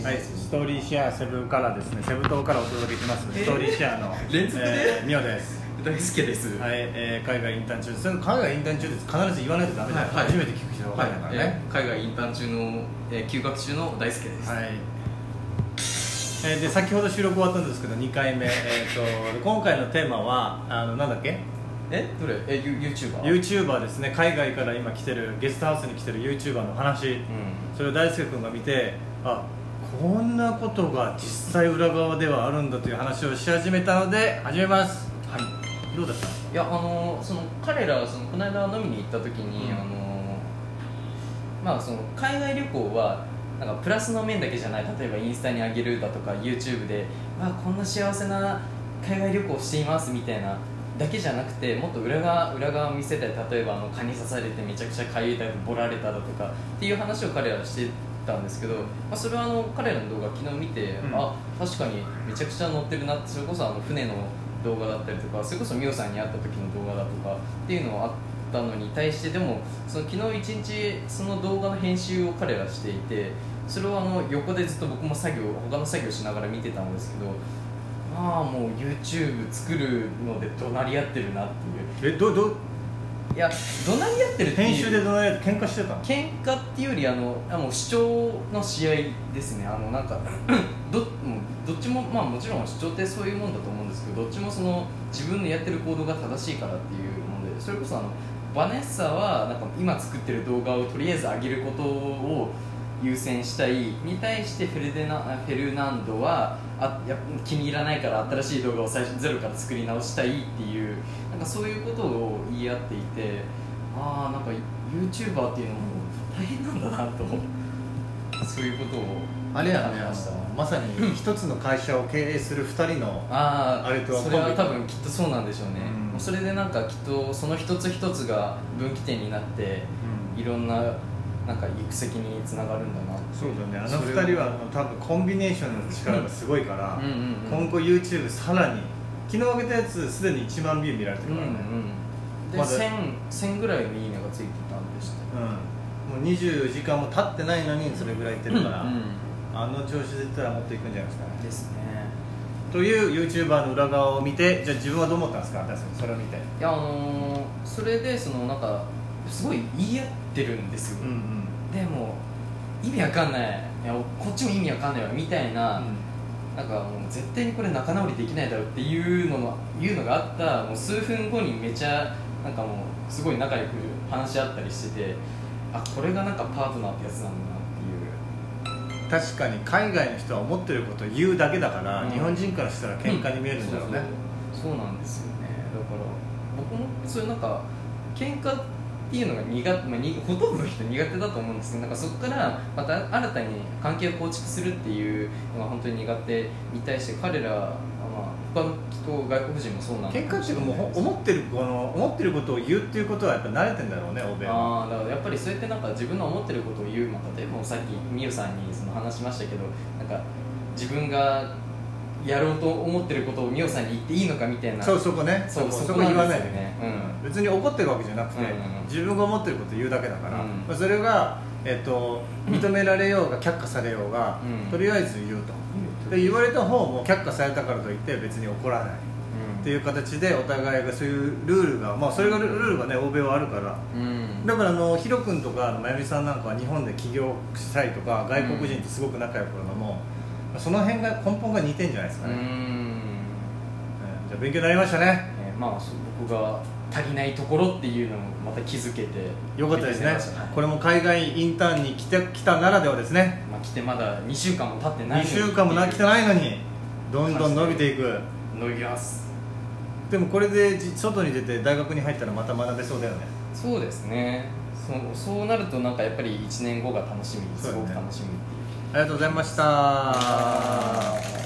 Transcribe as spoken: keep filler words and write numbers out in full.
はい、ストーリーシェアセブからですね、セブ島からお届けします、えー、ストーリーシェアの連続で、 えー、ミオです。 大輔です。 はい、えー、海外インターン中です。海外インターン中です。必ず言わないとダメだよ、はい、初めて聞く人は分からないからね、はいえー、海外インターン中の、えー、休学中の大輔です。 はい。えー、で先ほど収録終わったんですけどにかいめ、えー、と今回のテーマはあのなんだっけえどれえ YouTuber? YouTuber ですね。海外から今来てるゲストハウスに来てる YouTuber の話、うん、それを大輔君が見て、あ、こんなことが実際裏側ではあるんだという話をし始めたので始めます。はい、どうだった？ いや、あのその彼らそのこの間飲みに行った時に、うん、あのまあその海外旅行はなんかプラスの面だけじゃない、例えばインスタに上げるだとか YouTube で、あ、こんな幸せな海外旅行していますみたいなだけじゃなくて、もっと裏側裏側を見せたり、例えばあの蚊に刺されてめちゃくちゃかゆいだとかボラれただとかっていう話を彼らはしてたんですけど、まあ、それはあの彼らの動画昨日見て、うん、あ、確かにめちゃくちゃ載ってるなって。それこそあの船の動画だったりとか、それこそミオさんに会った時の動画だとかっていうのはあったのに対して、でもその昨日一日その動画の編集を彼らしていて、それをあの横でずっと僕も作業他の作業しながら見てたんですけど、まあもう YouTube 作るので怒鳴り合ってるなっていう。 えどどいや、怒鳴り合ってるっていう、 編集で怒鳴り合って喧嘩してたの？ 喧嘩っていうよりあのあもう主張の試合ですね。あのなんかど, もうどっちも、まあもちろん主張ってそういうもんだと思うんですけど、どっちもその自分のやってる行動が正しいからっていうもので、それこそあのバネッサはなんか今作ってる動画をとりあえず上げることを優先したいに対して、フェルデナフェルナンドはあや気に入らないから新しい動画を最初ゼロから作り直したいっていう、なんかそういうことを言い合っていて、ああなんか YouTuber っていうのも大変なんだなとそういうことをあれやね、まさに一つの会社を経営するふたりのああれとはそれは多分きっとそうなんでしょうね、 うん、 それでなんかきっとその一つ一つが分岐点になって、うん、いろんななんか行く先につながるんだな。 そうだね、あのふたりは多分コンビネーションの力がすごいから、うんうんうん、今後 YouTube さらに昨日上げたやつすでにいちまんビュー見られてるからね、うんうん、 で、ま、せんぐらいのいいねがついてたんでした、 うん、もうにじゅうじかんも経ってないのにそれぐらいいってるから、うんうん、あの調子でいったらもっといくんじゃないですかね。 ですね。 という YouTuber の裏側を見て、じゃあ自分はどう思ったんですか？それを見て。いや、あのー、それでそのなんかすごい言い合ってるんですよ、うんうん、でも意味わかんない、いやこっちも意味わかんないわみたいな、うん、なんかもう絶対にこれ仲直りできないだろうっていうののいうのがあったもう数分後にめちゃなんかもうすごい仲良く話し合ったりしてて、あ、これがなんかパートナーってやつなんだなっていう。 確かに海外の人は思ってることを言うだけだから、うん、日本人からしたら喧嘩に見えるんだろうね、 うん、そうそう、そうなんですよね。だから僕もそういうなんか喧嘩っていうのが苦手、まあ、にほとんどの人苦手だと思うんですけど、なんかそこからまた新たに関係を構築するっていうのが本当に苦手に対して、彼ら、まあ、他の人外国人もそうなんだけど、喧嘩っていうかもう思ってるこの思ってることを言うっていうことはやっぱ慣れてんだろうね、欧米は。 ああ、だからやっぱりそうやってなんか自分の思ってることを言う、まあ、例えばさっきみゆさんにその話しましたけど、なんか自分がやろうと思ってることをみおさんに言っていいのかみたいな。 そう、そこね、 そう、 そこ言わないでね、 うん、 別に怒ってるわけじゃなくて、うんうんうん、自分が思ってることを言うだけだから、うん、それが、えっと、認められようが却下されようが、うん、とりあえず言うと、うん、で言われた方も却下されたからといって別に怒らない、うん、っていう形でお互いがそういうルールが、まあそれがルールがね欧米はあるから、うん、だからあのヒロ君とかまゆみさんなんかは日本で起業したりとか外国人とすごく仲良くなるのも、うん、その辺が根本が似てんじゃないですかね。うん、じゃあ勉強になりましたね、 えー、まあ僕が足りないところっていうのをまた気づけてよかったですね、はい、これも海外インターンに来て来たならではですね、 まあ、来てまだにしゅうかんも経ってないのににしゅうかんも来てないのにどんどん伸びていく。 伸びます。 でもこれで外に出て大学に入ったらまた学べそうだよね。 そうですね。そそうなるとなんかやっぱりいちねんごが楽しみ、すごく楽しみっていう、 ありがとうございました。